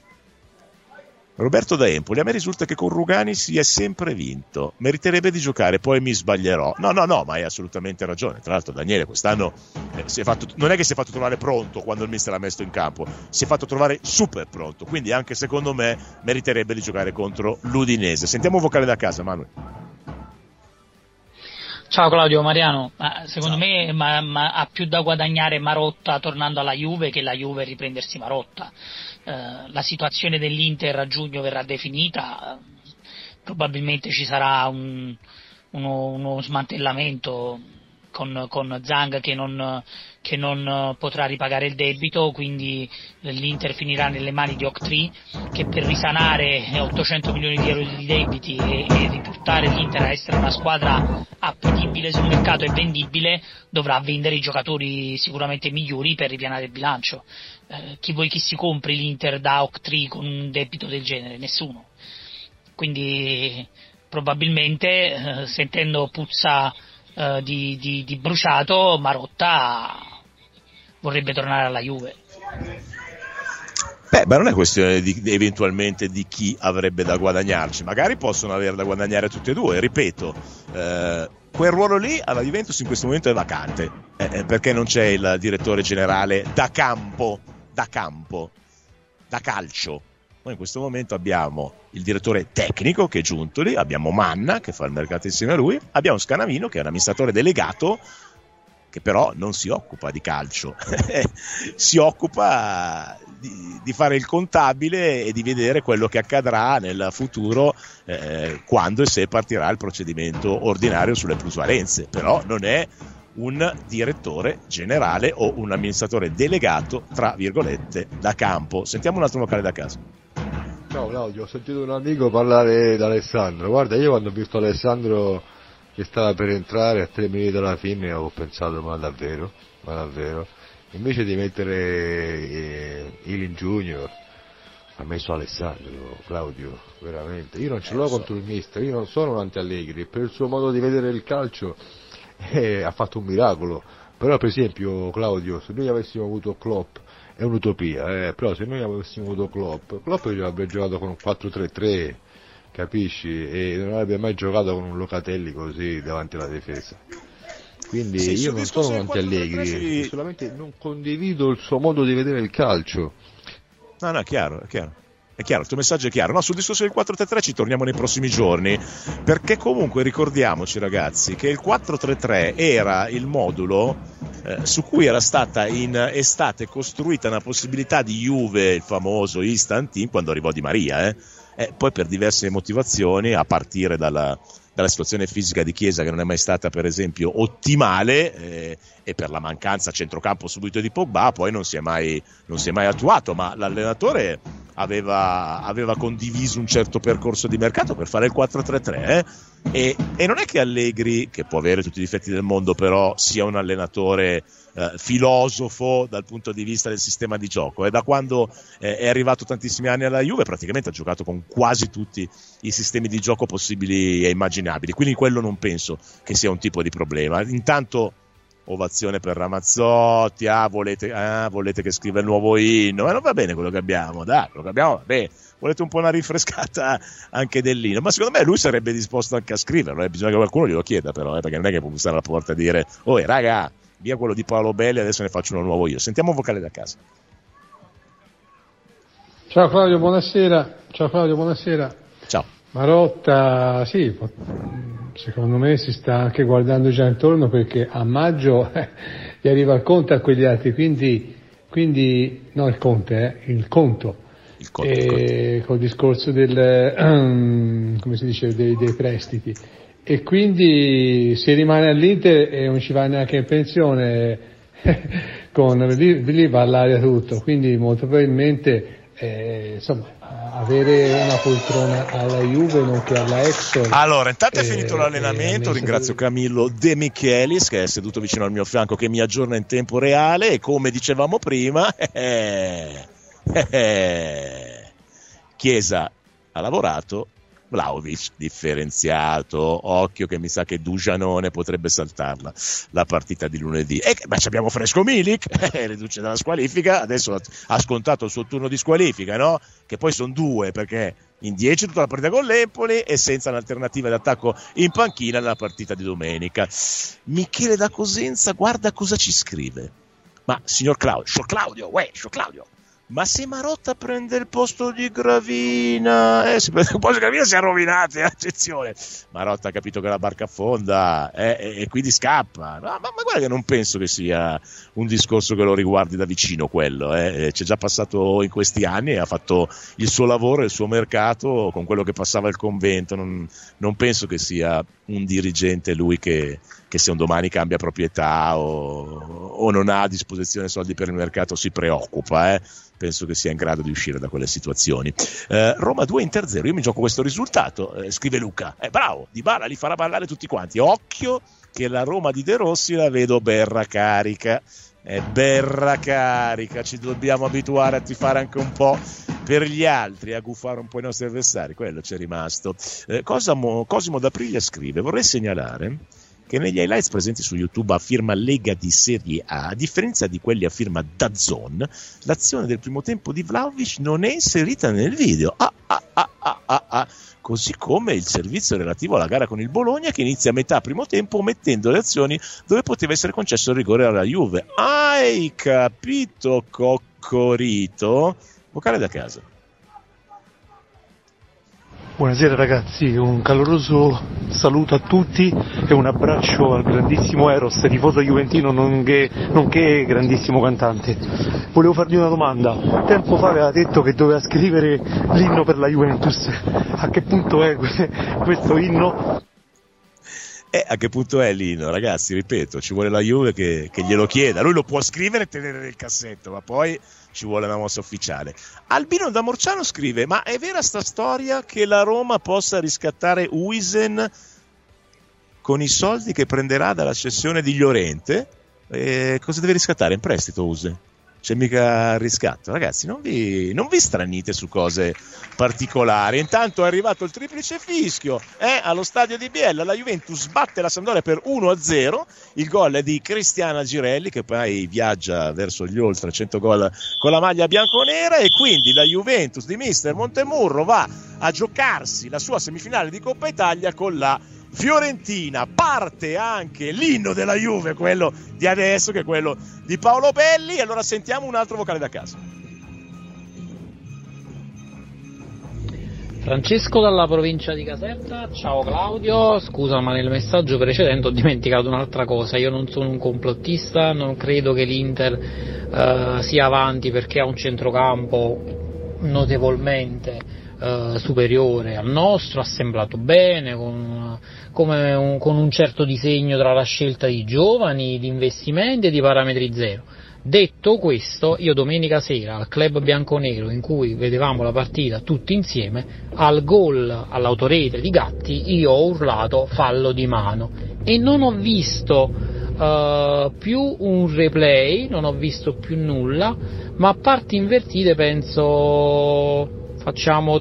Roberto da Empoli: a me risulta che con Rugani si è sempre vinto, meriterebbe di giocare, poi mi sbaglierò. No, ma hai assolutamente ragione. Tra l'altro Daniele quest'anno non è che si è fatto trovare pronto quando il mister l'ha messo in campo, si è fatto trovare super pronto, quindi anche secondo me meriterebbe di giocare contro l'Udinese. Sentiamo un vocale da casa, Manuel. Ciao Claudio, Mariano, secondo me ha più da guadagnare Marotta tornando alla Juve che la Juve riprendersi Marotta. La situazione dell'Inter a giugno verrà definita, probabilmente ci sarà uno smantellamento con Zhang che non potrà ripagare il debito, quindi l'Inter finirà nelle mani di Oak-Tree, che per risanare 800 milioni di euro di debiti e riportare l'Inter a essere una squadra appetibile sul mercato e vendibile dovrà vendere i giocatori sicuramente migliori per ripianare il bilancio. Chi si compri l'Inter da Oak-Tree con un debito del genere? Nessuno. Quindi probabilmente sentendo puzza di bruciato, Marotta vorrebbe tornare alla Juve. Ma non è questione eventualmente di chi avrebbe da guadagnarci, magari possono avere da guadagnare tutti e due, ripeto, quel ruolo lì alla Juventus in questo momento è vacante, perché non c'è il direttore generale da calcio. Noi in questo momento abbiamo il direttore tecnico che è Giuntoli, abbiamo Manna che fa il mercato insieme a lui, abbiamo Scanavino che è un amministratore delegato che però non si occupa di calcio, si occupa di fare il contabile e di vedere quello che accadrà nel futuro quando e se partirà il procedimento ordinario sulle plusvalenze, però non è un direttore generale o un amministratore delegato, tra virgolette, da campo. Sentiamo un altro vocale da casa. Ciao Claudio, ho sentito un amico parlare di Alessandro. Guarda, io quando ho visto Alessandro che stava per entrare a 3 minuti dalla fine ho pensato ma davvero? Invece di mettere Ealing Junior ha messo Alessandro, Claudio, veramente. Io non ce l'ho contro il mister, io non sono un anti-Allegri, per il suo modo di vedere il calcio ha fatto un miracolo. Però per esempio Claudio, se noi avessimo avuto Klopp, è un'utopia, però se noi avessimo avuto Klopp avrebbe giocato con un 4-3-3, capisci? E non avrebbe mai giocato con un Locatelli così davanti alla difesa. Quindi sì, io non sono un anti-Allegri, solamente non condivido il suo modo di vedere il calcio. No, è chiaro. È chiaro, il tuo messaggio è chiaro. No, sul discorso del 4-3-3 ci torniamo nei prossimi giorni, perché comunque ricordiamoci ragazzi che il 4-3-3 era il modulo su cui era stata in estate costruita una possibilità di Juve, il famoso instant team, quando arrivò Di Maria, poi per diverse motivazioni, a partire dalla situazione fisica di Chiesa che non è mai stata per esempio ottimale, e per la mancanza a centrocampo subito di Pogba, poi non si è mai attuato, ma l'allenatore aveva condiviso un certo percorso di mercato per fare il 4-3-3, e non è che Allegri, che può avere tutti i difetti del mondo, però sia un allenatore filosofo dal punto di vista del sistema di gioco. Da quando è arrivato tantissimi anni alla Juve praticamente ha giocato con quasi tutti i sistemi di gioco possibili e immaginabili, quindi quello non penso che sia un tipo di problema. Intanto ovazione per Ramazzotti, volete che scriva il nuovo inno, ma non va bene quello che abbiamo, va bene. Volete un po' una rinfrescata anche dell'inno, ma secondo me lui sarebbe disposto anche a scriverlo, bisogna che qualcuno glielo chieda però, perché non è che può bussare alla porta e dire raga, via quello di Paolo Belli, adesso ne faccio uno nuovo io. Sentiamo un vocale da casa. Ciao Claudio, buonasera. Ciao. Marotta, sì, secondo me si sta anche guardando già intorno, perché a maggio gli arriva il conto a quegli altri, quindi no, il conto. Col discorso del come si dice, dei prestiti, e quindi se rimane all'Inter e non ci va neanche in pensione lì va all'aria tutto, quindi molto probabilmente avere una poltrona alla Juve nonché alla Exor. Allora, intanto è finito l'allenamento, ringrazio Camillo De Michelis che è seduto vicino al mio fianco, che mi aggiorna in tempo reale, e come dicevamo prima Chiesa ha lavorato, Vlahovic differenziato, occhio che mi sa che Dujanone potrebbe saltarla la partita di lunedì, ma abbiamo fresco Milik, riduce dalla squalifica, adesso ha scontato il suo turno di squalifica, no? Che poi sono 2, perché in 10 tutta la partita con l'Empoli e senza un'alternativa d'attacco in panchina nella partita di domenica. Michele da Cosenza, guarda cosa ci scrive. Ma signor Claudio, ma se Marotta prende il posto di Gravina, se prende il posto di Gravina si è rovinato, attenzione, Marotta ha capito che la barca affonda e quindi scappa, ma guarda che non penso che sia un discorso che lo riguardi da vicino quello, c'è già passato in questi anni e ha fatto il suo lavoro e il suo mercato con quello che passava il convento, non penso che sia un dirigente lui che se un domani cambia proprietà o non ha a disposizione soldi per il mercato si preoccupa, penso che sia in grado di uscire da quelle situazioni. Roma 2 Inter 0, io mi gioco questo risultato, scrive Luca, bravo, Dybala li farà ballare tutti quanti, occhio che la Roma di De Rossi la vedo berra carica, ci dobbiamo abituare a tifare anche un po' per gli altri, a gufare un po' i nostri avversari, quello c'è rimasto. Cosimo D'Aprilia scrive, vorrei segnalare che negli highlights presenti su YouTube a firma Lega di Serie A differenza di quelli a firma DAZN, l'azione del primo tempo di Vlahovic non è inserita nel video, così come il servizio relativo alla gara con il Bologna che inizia a metà primo tempo omettendo le azioni dove poteva essere concesso il rigore alla Juve. Hai capito, Coccorito? Vocale da casa. Buonasera ragazzi, un caloroso saluto a tutti e un abbraccio al grandissimo Eros, tifoso juventino nonché grandissimo cantante. Volevo fargli una domanda, tempo fa aveva detto che doveva scrivere l'inno per la Juventus, a che punto è questo inno? A che punto è l'inno, ragazzi? Ripeto, ci vuole la Juve che glielo chieda. Lui lo può scrivere e tenere nel cassetto, ma poi ci vuole una mossa ufficiale. Albino da Morciano scrive: ma è vera sta storia che la Roma possa riscattare Huijsen con i soldi che prenderà dalla cessione di Llorente? Cosa deve riscattare? In prestito Huijsen? C'è mica riscatto, ragazzi, non vi stranite su cose particolari. Intanto è arrivato il triplice fischio allo stadio di Biella, la Juventus batte la Sampdoria per 1-0, il gol è di Cristiana Girelli che poi viaggia verso gli oltre 100 gol con la maglia bianconera e quindi la Juventus di mister Montemurro va a giocarsi la sua semifinale di Coppa Italia con la Fiorentina. Parte anche l'inno della Juve, quello di adesso, che è quello di Paolo Belli. Allora sentiamo un altro vocale da casa. Francesco dalla provincia di Caserta, ciao Claudio, scusa ma nel messaggio precedente ho dimenticato un'altra cosa, io non sono un complottista, non credo che l'Inter sia avanti perché ha un centrocampo notevolmente superiore al nostro, assemblato bene, con un certo disegno tra la scelta di giovani, di investimenti e di parametri zero. Detto questo, io domenica sera al club bianconero in cui vedevamo la partita tutti insieme, al gol all'autorete di Gatti io ho urlato fallo di mano e non ho visto più un replay, non ho visto più nulla, ma a parti invertite penso facciamo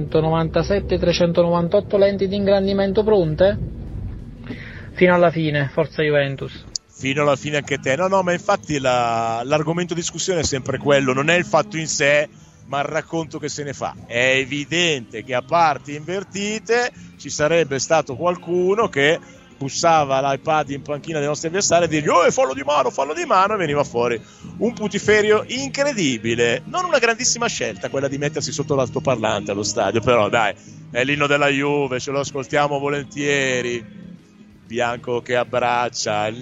397-398 lenti di ingrandimento pronte? Fino alla fine, forza Juventus. Fino alla fine anche te. No, ma infatti l'argomento di discussione è sempre quello, non è il fatto in sé, ma il racconto che se ne fa. È evidente che a parti invertite ci sarebbe stato qualcuno che bussava l'iPad in panchina dei nostri avversari e dirgli fallo di mano, e veniva fuori un putiferio incredibile. Non una grandissima scelta quella di mettersi sotto l'altoparlante allo stadio, però dai, è l'inno della Juve, ce lo ascoltiamo volentieri. Bianco che abbraccia il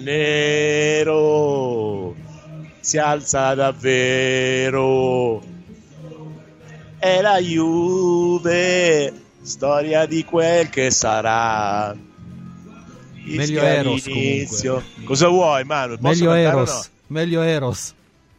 nero, si alza davvero, è la Juve, storia di quel che sarà. Meglio Eros comunque. Cosa vuoi, Manu? Meglio Eros, no? Meglio Eros.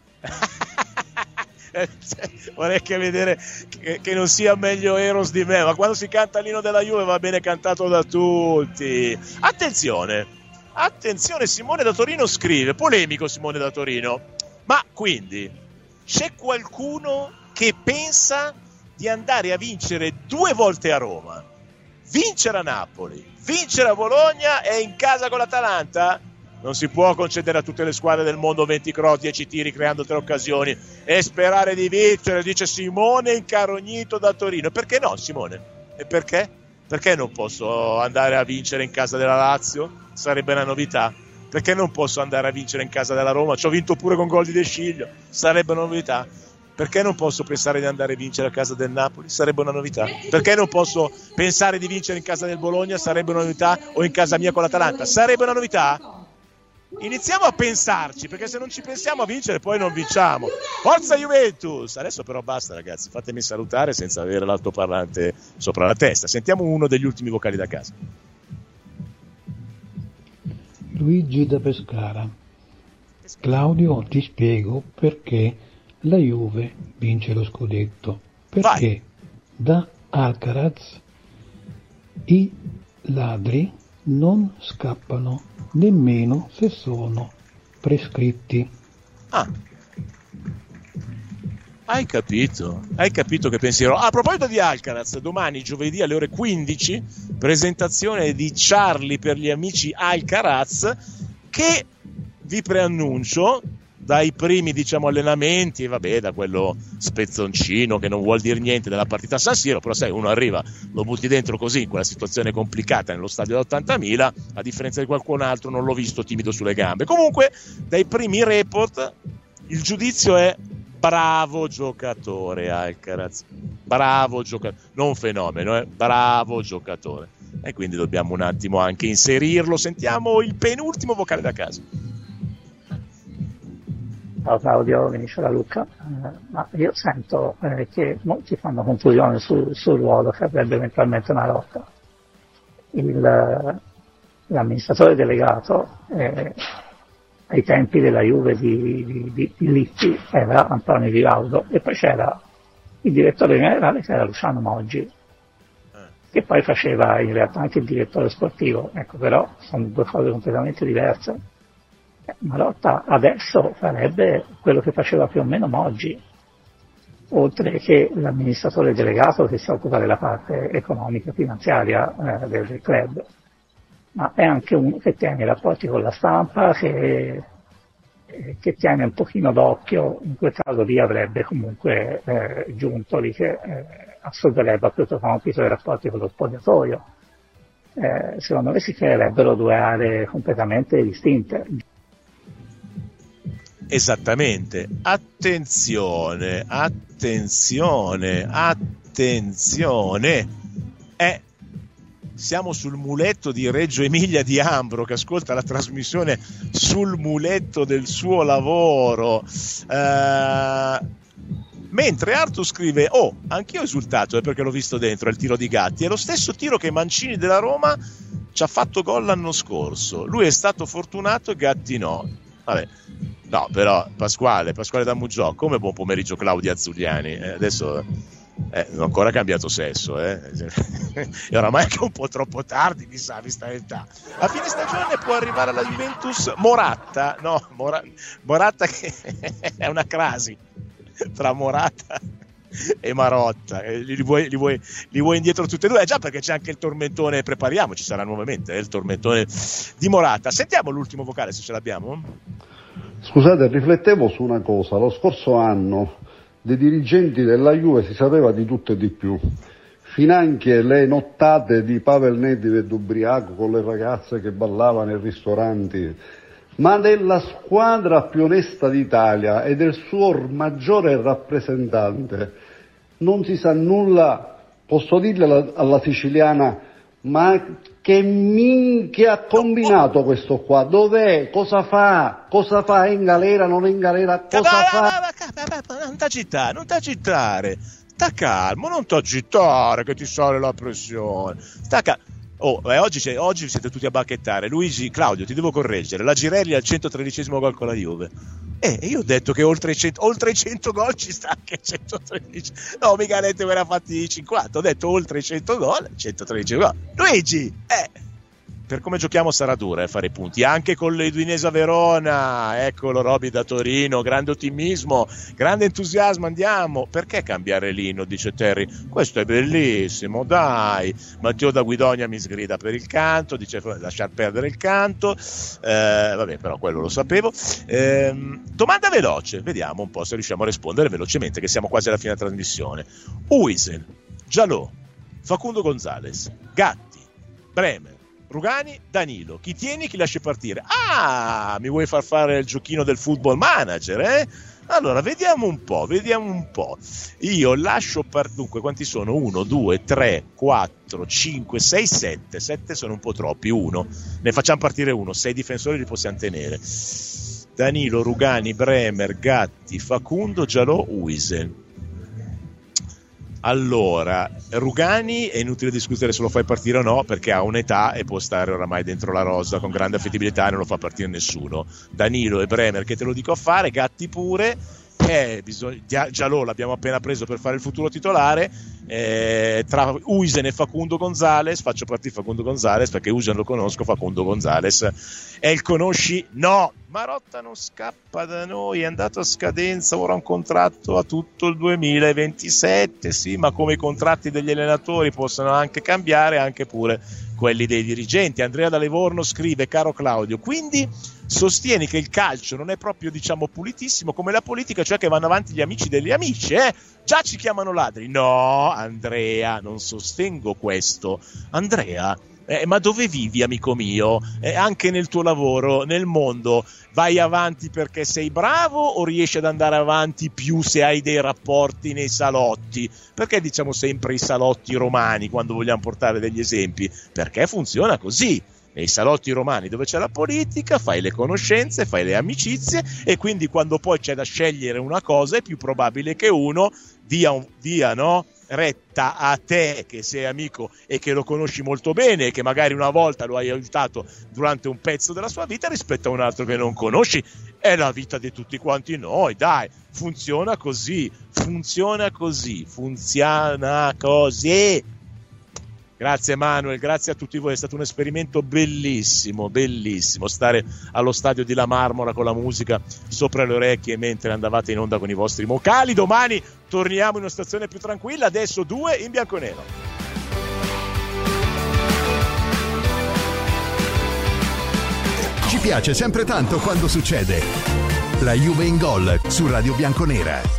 Vorrei che vedere che non sia meglio Eros di me, ma quando si canta l'inno della Juve va bene cantato da tutti. Attenzione, Simone da Torino scrive, polemico Simone da Torino, ma quindi c'è qualcuno che pensa di andare a vincere 2 volte a Roma, vincere a Napoli, vincere a Bologna e in casa con l'Atalanta? Non si può concedere a tutte le squadre del mondo 20 croti, 10 tiri creando 3 occasioni e sperare di vincere, dice Simone incarognito da Torino. Perché no, Simone? E perché? Perché non posso andare a vincere in casa della Lazio? Sarebbe una novità. Perché non posso andare a vincere in casa della Roma? Ci ho vinto pure con gol di De Sciglio, sarebbe una novità. Perché non posso pensare di andare a vincere a casa del Napoli? Sarebbe una novità. Perché non posso pensare di vincere in casa del Bologna? Sarebbe una novità. O in casa mia con l'Atalanta? Sarebbe una novità? Iniziamo a pensarci, perché se non ci pensiamo a vincere poi non vinciamo. Forza Juventus! Adesso però basta, ragazzi, fatemi salutare senza avere l'altoparlante sopra la testa. Sentiamo uno degli ultimi vocali da casa. Luigi da Pescara. Claudio, ti spiego perché la Juve vince lo scudetto. Perché da Alcaraz i ladri non scappano nemmeno se sono prescritti. Hai capito che pensiero. A proposito di Alcaraz, domani giovedì alle ore 15 presentazione di Charlie per gli amici Alcaraz, che vi preannuncio dai primi allenamenti, da quello spezzoncino che non vuol dire niente della partita a San Siro, però sai, uno arriva, lo butti dentro così in quella situazione complicata nello stadio da 80.000, a differenza di qualcun altro non l'ho visto timido sulle gambe. Comunque dai primi report il giudizio è bravo giocatore Alcaraz, bravo giocatore, non fenomeno, bravo giocatore, e quindi dobbiamo un attimo anche inserirlo. Sentiamo il penultimo vocale da casa. Ciao Claudio, Vinicio da Lucca. Ma io sento che molti fanno confusione sul ruolo che avrebbe eventualmente Marotta. L'amministratore delegato ai tempi della Juve di Lippi era Antonio Viraudo, e poi c'era il direttore generale che era Luciano Moggi, che poi faceva in realtà anche il direttore sportivo. Ecco, però sono due cose completamente diverse. Marotta adesso farebbe quello che faceva più o meno Moggi, oltre che l'amministratore delegato che si occupa della parte economica e finanziaria del club, ma è anche uno che tiene i rapporti con la stampa, che tiene un pochino d'occhio. In quel caso lì avrebbe comunque Giuntoli che assolverebbe a questo compito dei rapporti con lo spogliatoio. Secondo me si creerebbero due aree completamente distinte. Esattamente, attenzione, siamo sul muletto di Reggio Emilia di Ambro, che ascolta la trasmissione sul muletto del suo lavoro, mentre Arthur scrive: anch'io ho esultato perché l'ho visto dentro, è il tiro di Gatti, è lo stesso tiro che Mancini della Roma ci ha fatto gol l'anno scorso, lui è stato fortunato e Gatti no. Vabbè, no, però Pasquale da Muggiò, come buon pomeriggio Claudia Azzuliani, adesso non ho ancora cambiato sesso, e oramai è anche un po' troppo tardi, mi sa, vista l'età. A fine stagione può arrivare alla Juventus Moratta che è una crasi tra Moratta e Marotta, li vuoi indietro tutti e due? Già, perché c'è anche il tormentone, prepariamoci, sarà nuovamente il tormentone di Moratta. Sentiamo l'ultimo vocale, se ce l'abbiamo. Scusate, riflettevo su una cosa. Lo scorso anno dei dirigenti della Juve si sapeva di tutto e di più, finanche le nottate di Pavel Nedved ubriaco con le ragazze che ballavano nei ristoranti, ma della squadra più onesta d'Italia e del suo maggiore rappresentante non si sa nulla. Posso dirle alla siciliana: ma che minchia ha combinato questo qua? Dov'è? Cosa fa? È in galera? Non è in galera? Cosa fa? Non t'agitare, sta calmo, non t'agitare che ti sale la pressione, sta calmo. Oggi siete tutti a bacchettare. Luigi, Claudio, ti devo correggere, la Girelli al 113esimo gol con la Juve. Io ho detto che oltre i 100 gol ci sta anche 113. No, mica ha detto che era fatti 50, ho detto oltre i 100 gol, 113 gol. Luigi, per come giochiamo sarà dura fare i punti, anche con l'Udinese a Verona. Eccolo Roby da Torino, grande ottimismo, grande entusiasmo, andiamo. Perché cambiare l'inno, dice Terry, questo è bellissimo, dai. Matteo da Guidonia mi sgrida per il canto, dice lasciar perdere il canto, vabbè, però quello lo sapevo. Domanda veloce, vediamo un po' se riusciamo a rispondere velocemente, che siamo quasi alla fine della trasmissione. Huijsen, Giallo, Facundo Gonzalez, Gatti, Bremer, Rugani, Danilo, chi tieni, chi lasci partire? Mi vuoi far fare il giochino del football manager, Allora, vediamo un po'. Io lascio dunque, quanti sono? 1, 2, 3, 4, 5, 6, 7. 7 sono un po' troppi, 1. Ne facciamo partire 1, 6 difensori li possiamo tenere. Danilo, Rugani, Bremer, Gatti, Facundo, Gialò, Huijsen. Allora, Rugani è inutile discutere se lo fai partire o no, perché ha un'età e può stare oramai dentro la rosa con grande affettibilità e non lo fa partire nessuno. Danilo e Bremer, che te lo dico a fare, Gatti pure, Gialò l'abbiamo appena preso per fare il futuro titolare, tra Huijsen e Facundo Gonzalez faccio partire Facundo Gonzalez, perché Huijsen lo conosco, Facundo Gonzalez è il conosci? No, Marotta non scappa da noi, è andato a scadenza, ora ha un contratto a tutto il 2027, sì, ma come i contratti degli allenatori possono anche cambiare, anche pure quelli dei dirigenti. Andrea da Livorno scrive: caro Claudio, quindi sostieni che il calcio non è proprio, diciamo, pulitissimo come la politica, cioè che vanno avanti gli amici degli amici, già ci chiamano ladri. No, Andrea, non sostengo questo. Andrea, ma dove vivi, amico mio? Anche nel tuo lavoro, nel mondo, vai avanti perché sei bravo o riesci ad andare avanti più se hai dei rapporti nei salotti? Perché diciamo sempre i salotti romani quando vogliamo portare degli esempi? Perché funziona così. Nei salotti romani dove c'è la politica fai le conoscenze, fai le amicizie, e quindi quando poi c'è da scegliere una cosa è più probabile che uno dia no? retta a te che sei amico e che lo conosci molto bene e che magari una volta lo hai aiutato durante un pezzo della sua vita rispetto a un altro che non conosci. È la vita di tutti quanti noi, dai, funziona così. Grazie Manuel, grazie a tutti voi, è stato un esperimento bellissimo stare allo stadio di La Marmora con la musica sopra le orecchie mentre andavate in onda con i vostri vocali. Domani torniamo in una stazione più tranquilla, adesso 2 in bianconero. Ci piace sempre tanto quando succede. La Juve in gol su Radio Bianconera.